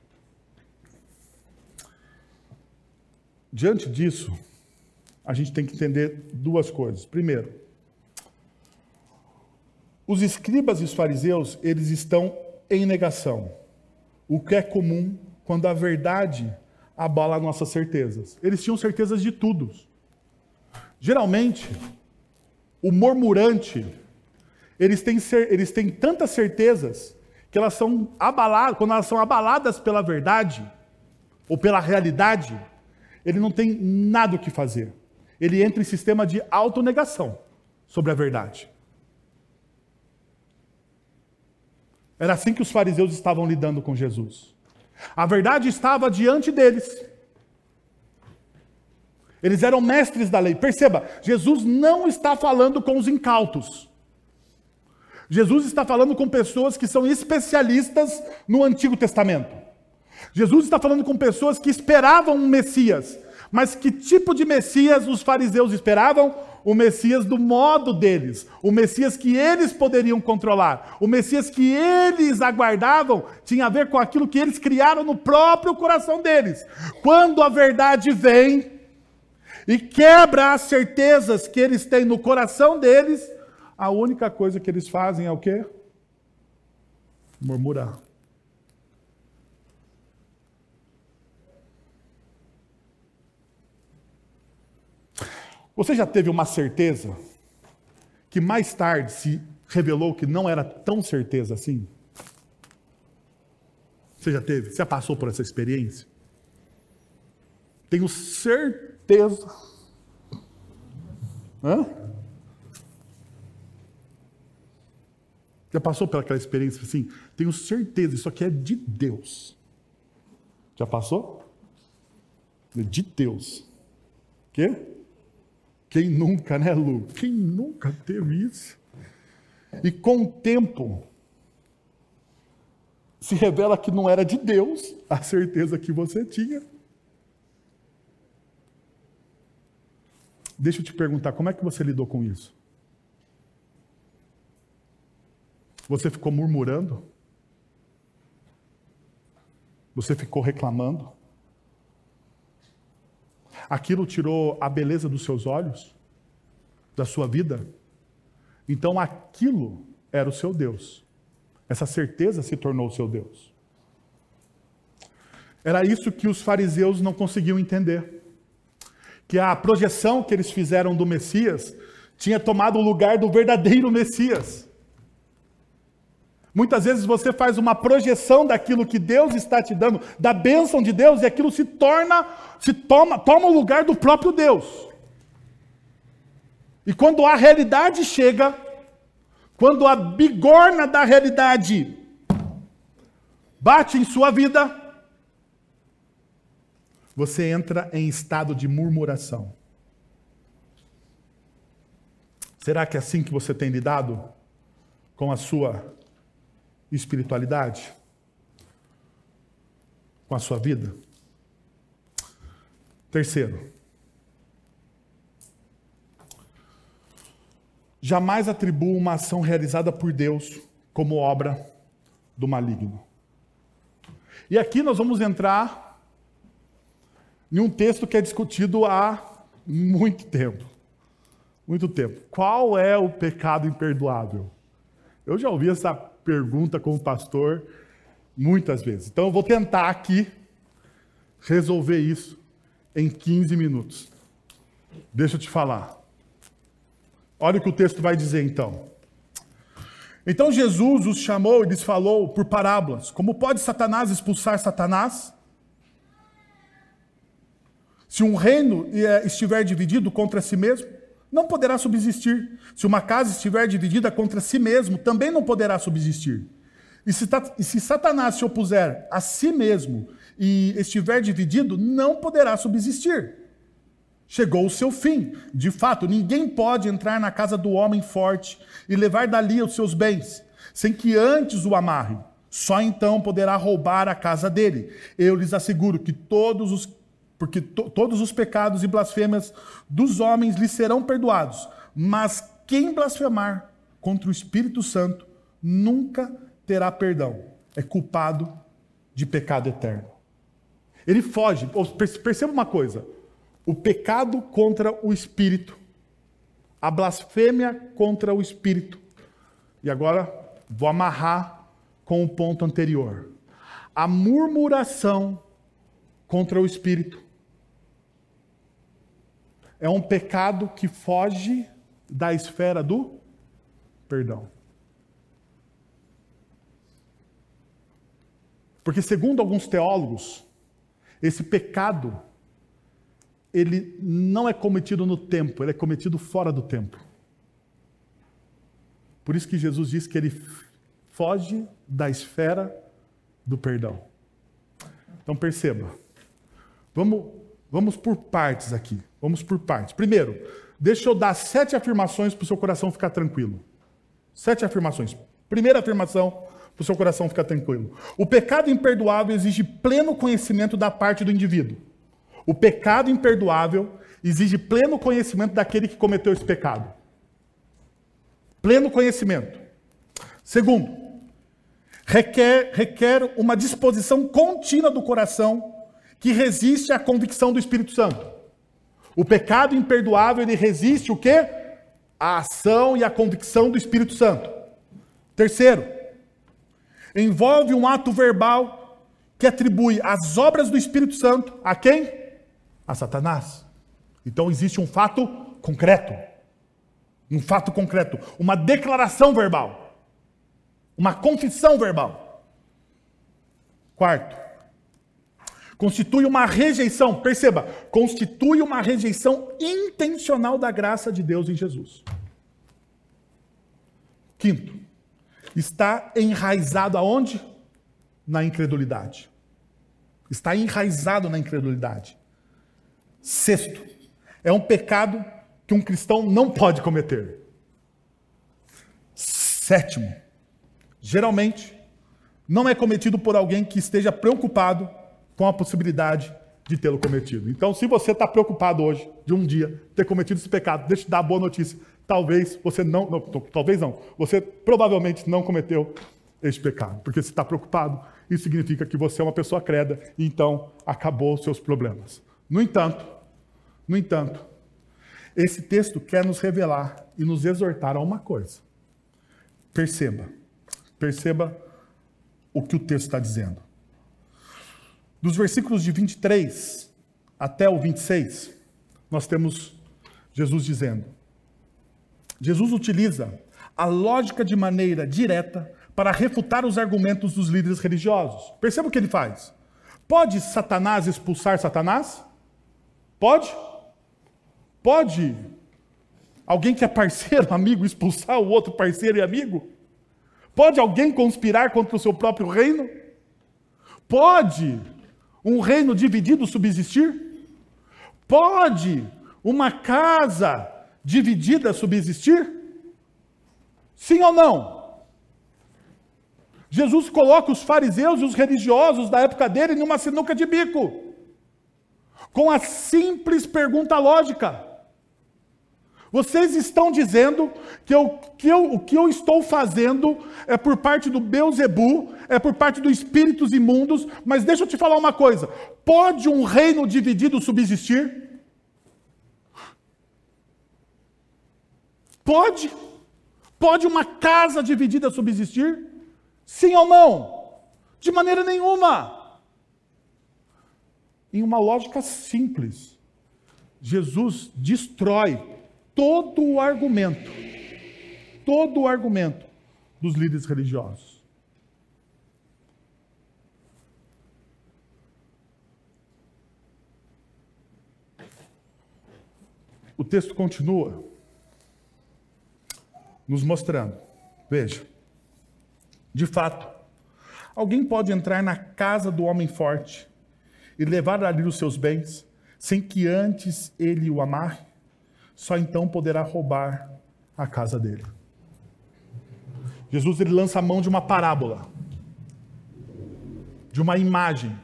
diante disso, a gente tem que entender duas coisas. Primeiro, os escribas e os fariseus, eles estão em negação, o que é comum quando a verdade abala nossas certezas. Eles tinham certezas de tudo. Geralmente, o murmurante, eles têm, eles têm tantas certezas que elas são abaladas, quando elas são abaladas pela verdade, ou pela realidade, ele não tem nada o que fazer. Ele entra em sistema de autonegação sobre a verdade. Era assim que os fariseus estavam lidando com Jesus. A verdade estava diante deles. Eles eram mestres da lei. Perceba, Jesus não está falando com os incautos. Jesus está falando com pessoas que são especialistas no Antigo Testamento. Jesus está falando com pessoas que esperavam um Messias. Mas que tipo de Messias os fariseus esperavam? O Messias do modo deles. O Messias que eles poderiam controlar. O Messias que eles aguardavam tinha a ver com aquilo que eles criaram no próprio coração deles. Quando a verdade vem e quebra as certezas que eles têm no coração deles, a única coisa que eles fazem é o quê? Murmurar. Você já teve uma certeza que mais tarde se revelou que não era tão certeza assim? Você já teve? Você já passou por essa experiência? Tenho certeza. Hã? Já passou por aquela experiência assim? Tenho certeza, isso aqui é de Deus. Já passou? É de Deus. Quê? Quem nunca, né, Lu? Quem nunca teve isso? E com o tempo, se revela que não era de Deus a certeza que você tinha. Deixa eu te perguntar, como é que você lidou com isso? Você ficou murmurando? Você ficou reclamando? Aquilo tirou a beleza dos seus olhos? Da sua vida? Então aquilo era o seu Deus. Essa certeza se tornou o seu Deus. Era isso que os fariseus não conseguiam entender. Que a projeção que eles fizeram do Messias tinha tomado o lugar do verdadeiro Messias. Muitas vezes você faz uma projeção daquilo que Deus está te dando, da bênção de Deus, e aquilo se torna, se toma, toma o lugar do próprio Deus. E quando a realidade chega, quando a bigorna da realidade bate em sua vida, você entra em estado de murmuração. Será que é assim que você tem lidado com a sua espiritualidade? com a sua vida? Terceiro, jamais atribua uma ação realizada por Deus como obra do maligno. E aqui nós vamos entrar em um texto que é discutido há muito tempo. Muito tempo. Qual é o pecado imperdoável? Eu já ouvi essa pergunta como pastor muitas vezes. Então eu vou tentar aqui resolver isso em quinze minutos. Deixa eu te falar. Olha o que o texto vai dizer então. Então Jesus os chamou e lhes falou por parábolas. Como pode Satanás expulsar Satanás? Se um reino estiver dividido contra si mesmo, não poderá subsistir. Se uma casa estiver dividida contra si mesmo, também não poderá subsistir. E se, e se Satanás se opuser a si mesmo e estiver dividido, não poderá subsistir. Chegou o seu fim. De fato, ninguém pode entrar na casa do homem forte e levar dali os seus bens, sem que antes o amarre. Só então poderá roubar a casa dele. Eu lhes asseguro que todos os, porque to, todos os pecados e blasfêmias dos homens lhes serão perdoados. Mas quem blasfemar contra o Espírito Santo nunca terá perdão. É culpado de pecado eterno. Ele foge. Perceba uma coisa. O pecado contra o Espírito. A blasfêmia contra o Espírito. E agora vou amarrar com o ponto anterior. A murmuração contra o Espírito. É um pecado que foge da esfera do perdão. Porque segundo alguns teólogos, esse pecado ele não é cometido no tempo, ele é cometido fora do tempo. Por isso que Jesus diz que ele foge da esfera do perdão. Então perceba, vamos, vamos por partes aqui, vamos por partes. Primeiro, deixa eu dar sete afirmações para o seu coração ficar tranquilo. Sete afirmações. Primeira afirmação, para o seu coração ficar tranquilo. O pecado imperdoável exige pleno conhecimento da parte do indivíduo. O pecado imperdoável exige pleno conhecimento daquele que cometeu esse pecado. Pleno conhecimento. Segundo, requer, requer uma disposição contínua do coração que resiste à convicção do Espírito Santo. O pecado imperdoável, ele resiste o quê? A ação e a convicção do Espírito Santo. Terceiro, envolve um ato verbal que atribui as obras do Espírito Santo a quem? A Satanás. Então existe um fato concreto. Um fato concreto. Uma declaração verbal. Uma confissão verbal. Quarto. Constitui uma rejeição. Perceba. Constitui uma rejeição intencional da graça de Deus em Jesus. Quinto. Está enraizado aonde? Na incredulidade. Está enraizado na incredulidade. Sexto, é um pecado que um cristão não pode cometer. Sétimo, geralmente, não é cometido por alguém que esteja preocupado com a possibilidade de tê-lo cometido. Então, se você está preocupado hoje, de um dia, ter cometido esse pecado, deixa eu te dar a boa notícia. Talvez você não, não, talvez não, você provavelmente não cometeu este pecado. Porque se está preocupado, isso significa que você é uma pessoa creda e então acabou os seus problemas. No entanto, no entanto, esse texto quer nos revelar e nos exortar a uma coisa. Perceba, perceba o que o texto está dizendo. Dos versículos de vinte e três até o vinte e seis, nós temos Jesus dizendo. Jesus utiliza a lógica de maneira direta para refutar os argumentos dos líderes religiosos. Perceba o que ele faz. Pode Satanás expulsar Satanás? Pode? Pode alguém que é parceiro, amigo, expulsar o outro parceiro e amigo? Pode alguém conspirar contra o seu próprio reino? Pode um reino dividido subsistir? Pode uma casa dividida subsistir? Sim ou não? Jesus coloca os fariseus e os religiosos da época dele numa sinuca de bico, com a simples pergunta lógica: vocês estão dizendo que, eu, que eu, o que eu estou fazendo é por parte do Beelzebu, é por parte dos espíritos imundos, mas deixa eu te falar uma coisa: pode um reino dividido subsistir? Pode? Pode uma casa dividida subsistir? Sim ou não? De maneira nenhuma. Em uma lógica simples, Jesus destrói todo o argumento, todo o argumento dos líderes religiosos. O texto continua nos mostrando, veja, de fato, alguém pode entrar na casa do homem forte e levar ali os seus bens, sem que antes ele o amarre? Só então poderá roubar a casa dele. Jesus, ele lança a mão de uma parábola, de uma imagem.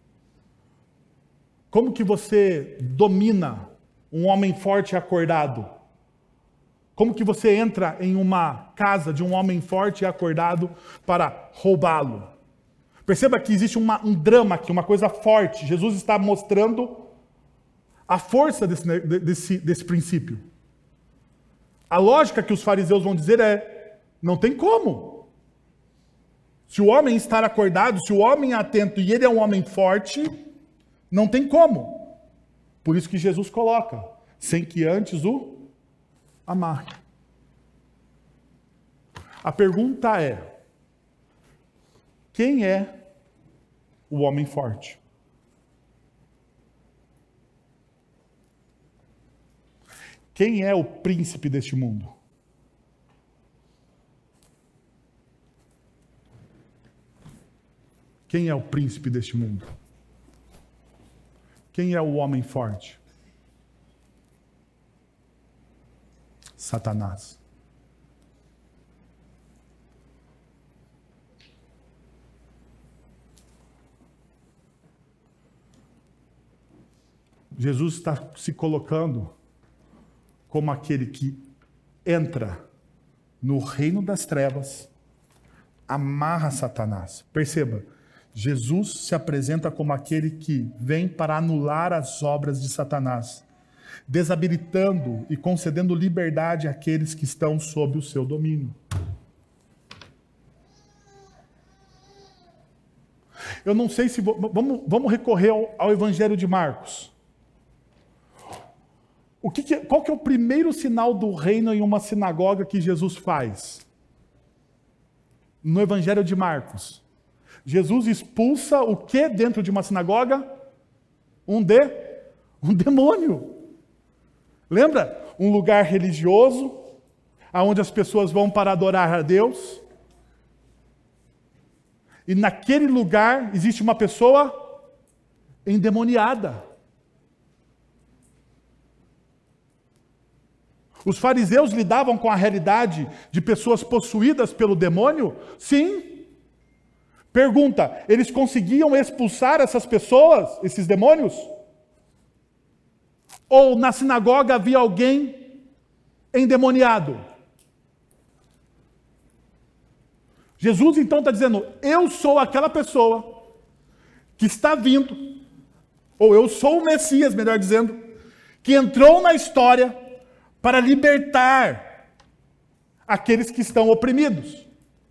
Como que você domina um homem forte e acordado? Como que você entra em uma casa de um homem forte e acordado para roubá-lo? Perceba que existe uma, um drama aqui, uma coisa forte. Jesus está mostrando a força desse, desse, desse princípio. A lógica que os fariseus vão dizer é: não tem como. Se o homem estar acordado, se o homem é atento e ele é um homem forte, não tem como. Por isso que Jesus coloca: sem que antes o amarre. A pergunta é: quem é o homem forte? Quem é o príncipe deste mundo? Quem é o príncipe deste mundo? Quem é o homem forte? Satanás. Jesus está se colocando como aquele que entra no reino das trevas, amarra Satanás. Perceba, Jesus se apresenta como aquele que vem para anular as obras de Satanás, desabilitando e concedendo liberdade àqueles que estão sob o seu domínio. Eu não sei se... Vou, vamos, vamos recorrer ao, ao Evangelho de Marcos. O que que, qual que é o primeiro sinal do reino em uma sinagoga que Jesus faz? No Evangelho de Marcos. Jesus expulsa o que dentro de uma sinagoga? Um, de, um demônio. Lembra? Um lugar religioso, onde as pessoas vão para adorar a Deus. E naquele lugar existe uma pessoa endemoniada. Os fariseus lidavam com a realidade de pessoas possuídas pelo demônio? Sim. Pergunta, eles conseguiam expulsar essas pessoas, esses demônios? Ou na sinagoga havia alguém endemoniado? Jesus então está dizendo: eu sou aquela pessoa que está vindo, ou eu sou o Messias, melhor dizendo, que entrou na história para libertar aqueles que estão oprimidos.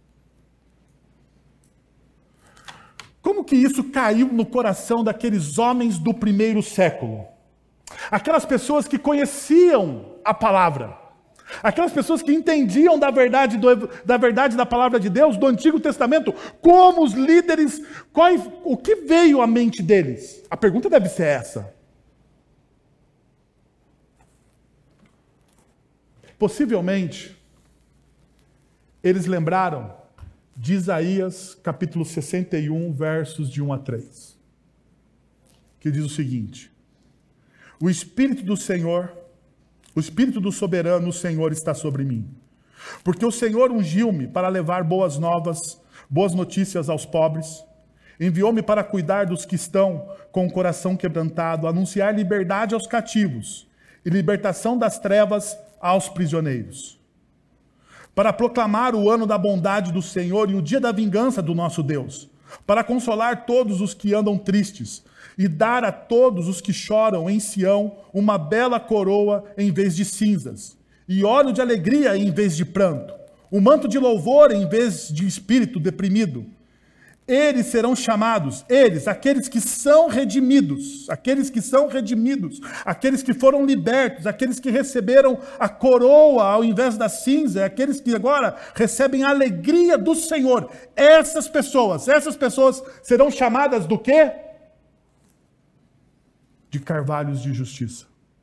Como que isso caiu no coração daqueles homens do primeiro século? Aquelas pessoas que conheciam a palavra, aquelas pessoas que entendiam da verdade, do, da verdade da palavra de Deus, do Antigo Testamento, como os líderes, qual, o que veio à mente deles? A pergunta deve ser essa. Possivelmente, eles lembraram de Isaías, capítulo sessenta e um, versos de um a três, que diz o seguinte: o Espírito do Senhor, o Espírito do Soberano, o Senhor, está sobre mim, porque o Senhor ungiu-me para levar boas novas boas notícias aos pobres. Enviou-me para cuidar dos que estão com o coração quebrantado, anunciar liberdade aos cativos e libertação das trevas aos prisioneiros. Para proclamar o ano da bondade do Senhor e o dia da vingança do nosso Deus. Para consolar todos os que andam tristes e dar a todos os que choram em Sião uma bela coroa em vez de cinzas, e óleo de alegria em vez de pranto, um manto de louvor em vez de espírito deprimido. Eles serão chamados, eles, aqueles que são redimidos, aqueles que são redimidos, aqueles que foram libertos, aqueles que receberam a coroa ao invés da cinza, aqueles que agora recebem a alegria do Senhor. Essas pessoas, essas pessoas serão chamadas do quê? De carvalhos de justiça.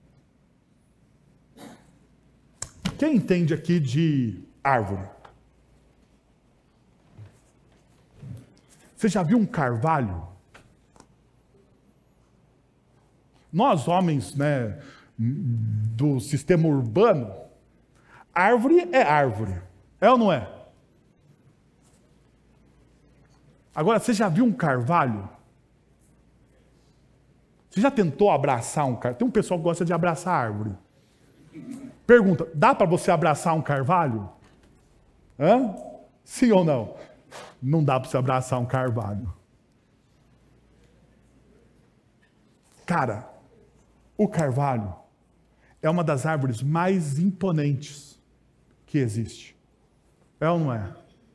Quem entende aqui de árvore? Você já viu um carvalho? Nós, homens, né, do sistema urbano, árvore é árvore. É ou não é? Agora, você já viu um carvalho? Você já tentou abraçar um carvalho? Tem um pessoal que gosta de abraçar árvore. Pergunta, dá para você abraçar um carvalho? Hã? Sim ou não? Não dá para você abraçar um carvalho. Cara, o carvalho é uma das árvores mais imponentes que existe. É ou não é?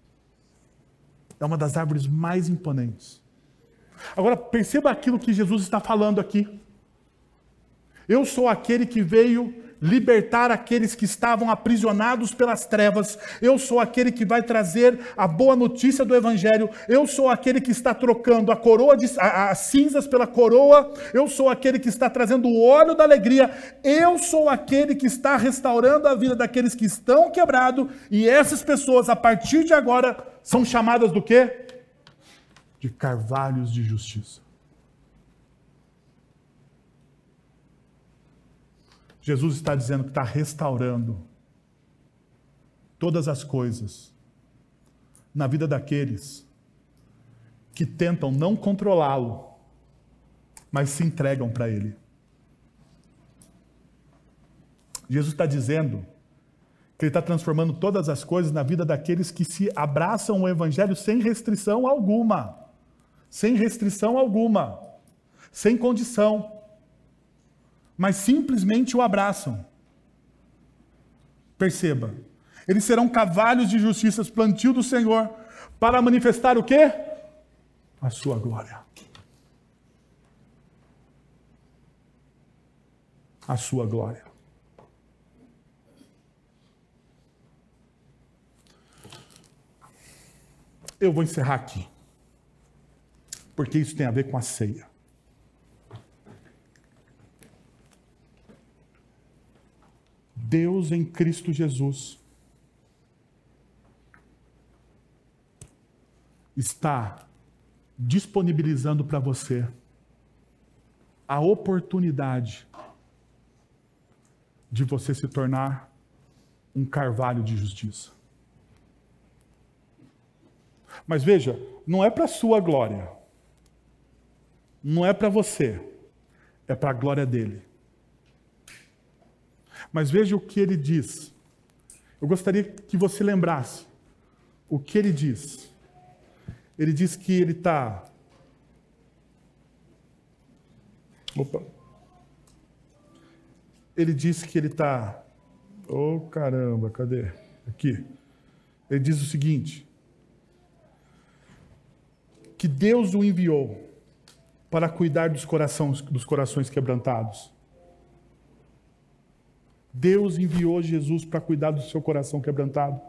É uma das árvores mais imponentes. Agora, perceba aquilo que Jesus está falando aqui. Eu sou aquele que veio libertar aqueles que estavam aprisionados pelas trevas. Eu sou aquele que vai trazer a boa notícia do Evangelho. Eu sou aquele que está trocando a coroa de, a, as cinzas pela coroa. Eu sou aquele que está trazendo o óleo da alegria. Eu sou aquele que está restaurando a vida daqueles que estão quebrados. E essas pessoas, a partir de agora, são chamadas do quê? De carvalhos de justiça. Jesus está dizendo que está restaurando todas as coisas na vida daqueles que tentam não controlá-lo, mas se entregam para ele. Jesus está dizendo que ele está transformando todas as coisas na vida daqueles que se abraçam o Evangelho sem restrição alguma, sem restrição alguma, sem condição, mas simplesmente o abraçam. Perceba, eles serão cavalos de justiça, plantio do Senhor, para manifestar o quê? A sua glória. A sua glória. Eu vou encerrar aqui, porque isso tem a ver com a ceia. Deus em Cristo Jesus está disponibilizando para você a oportunidade de você se tornar um carvalho de justiça. Mas veja, não é para a sua glória, não é para você, é para a glória dele. Mas veja o que ele diz. Eu gostaria que você lembrasse o que ele diz. Ele diz que ele está... Opa. Ele diz que ele está... Oh, caramba, cadê? Aqui. Ele diz o seguinte: que Deus o enviou para cuidar dos corações, dos corações quebrantados. Deus enviou Jesus para cuidar do seu coração quebrantado.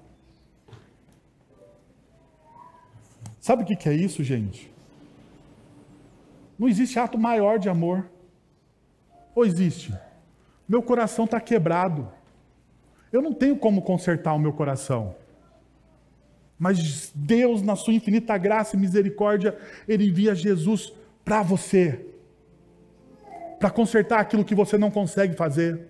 Sabe o que é isso, gente? Não existe ato maior de amor. Ou existe? Meu coração está quebrado. Eu não tenho como consertar o meu coração. Mas Deus, na sua infinita graça e misericórdia, Ele envia Jesus para você. Para consertar aquilo que você não consegue fazer.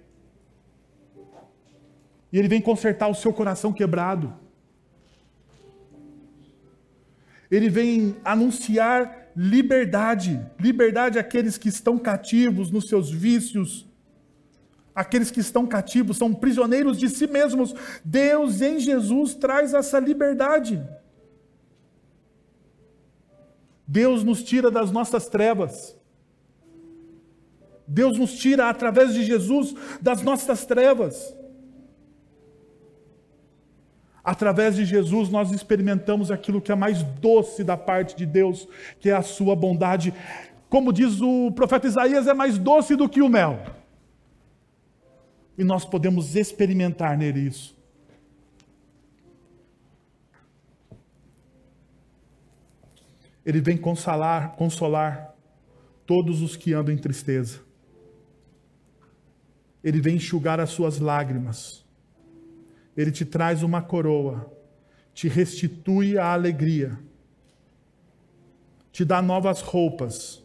E Ele vem consertar o seu coração quebrado. Ele vem anunciar liberdade. Liberdade àqueles que estão cativos nos seus vícios. Aqueles que estão cativos são prisioneiros de si mesmos. Deus em Jesus traz essa liberdade. Deus nos tira das nossas trevas. Deus nos tira através de Jesus das nossas trevas. Através de Jesus nós experimentamos aquilo que é mais doce da parte de Deus, que é a sua bondade. Como diz o profeta Isaías, é mais doce do que o mel. E nós podemos experimentar nele isso. Ele vem consolar, consolar todos os que andam em tristeza. Ele vem enxugar as suas lágrimas. Ele te traz uma coroa, te restitui a alegria, te dá novas roupas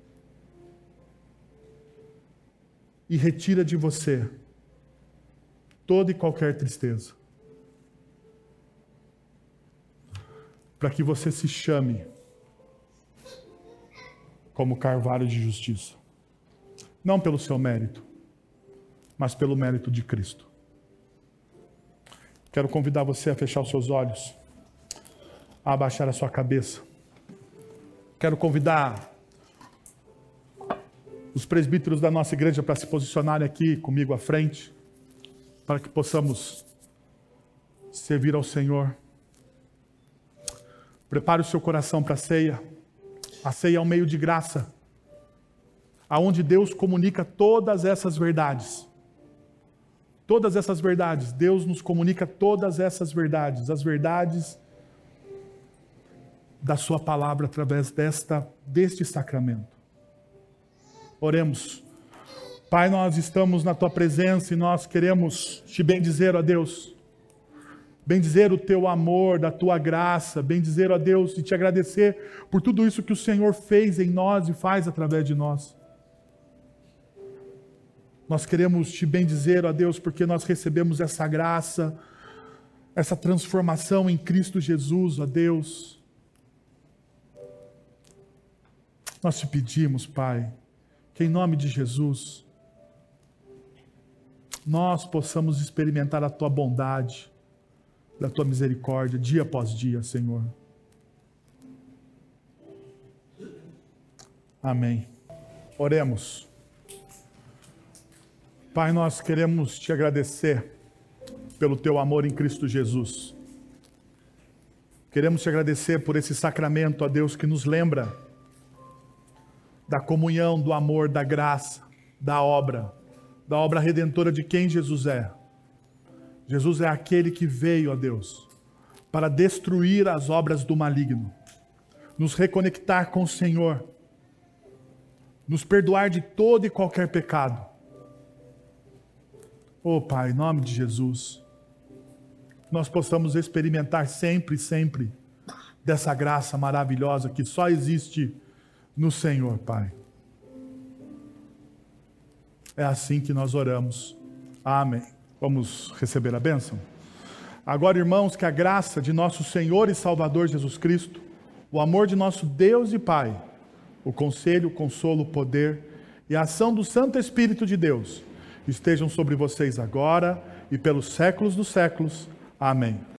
e retira de você toda e qualquer tristeza, para que você se chame como carvalho de justiça, não pelo seu mérito, mas pelo mérito de Cristo. Quero convidar você a fechar os seus olhos, a abaixar a sua cabeça. Quero convidar os presbíteros da nossa igreja para se posicionarem aqui comigo à frente, para que possamos servir ao Senhor. Prepare o seu coração para a ceia. A ceia é um meio de graça, aonde Deus comunica todas essas verdades. Todas essas verdades, Deus nos comunica todas essas verdades, as verdades da sua palavra através desta, deste sacramento. Oremos. Pai, nós estamos na tua presença e nós queremos te bendizer, ó Deus. Bendizer o teu amor, da tua graça, bendizer, ó Deus, e te agradecer por tudo isso que o Senhor fez em nós e faz através de nós. Nós queremos te bendizer, ó Deus, porque nós recebemos essa graça, essa transformação em Cristo Jesus, ó Deus. Nós te pedimos, Pai, que em nome de Jesus, nós possamos experimentar a tua bondade, da tua misericórdia, dia após dia, Senhor. Amém. Oremos. Pai, nós queremos te agradecer pelo teu amor em Cristo Jesus. Queremos te agradecer por esse sacramento, ó Deus, que nos lembra da comunhão, do amor, da graça, da obra, da obra redentora de quem Jesus é. Jesus é aquele que veio, ó Deus, para destruir as obras do maligno, nos reconectar com o Senhor, nos perdoar de todo e qualquer pecado. Oh Pai, em nome de Jesus, nós possamos experimentar sempre, sempre dessa graça maravilhosa que só existe no Senhor, Pai. É assim que nós oramos. Amém. Vamos receber a bênção? Agora, irmãos, que a graça de nosso Senhor e Salvador Jesus Cristo, o amor de nosso Deus e Pai, o conselho, o consolo, o poder e a ação do Santo Espírito de Deus estejam sobre vocês agora e pelos séculos dos séculos. Amém.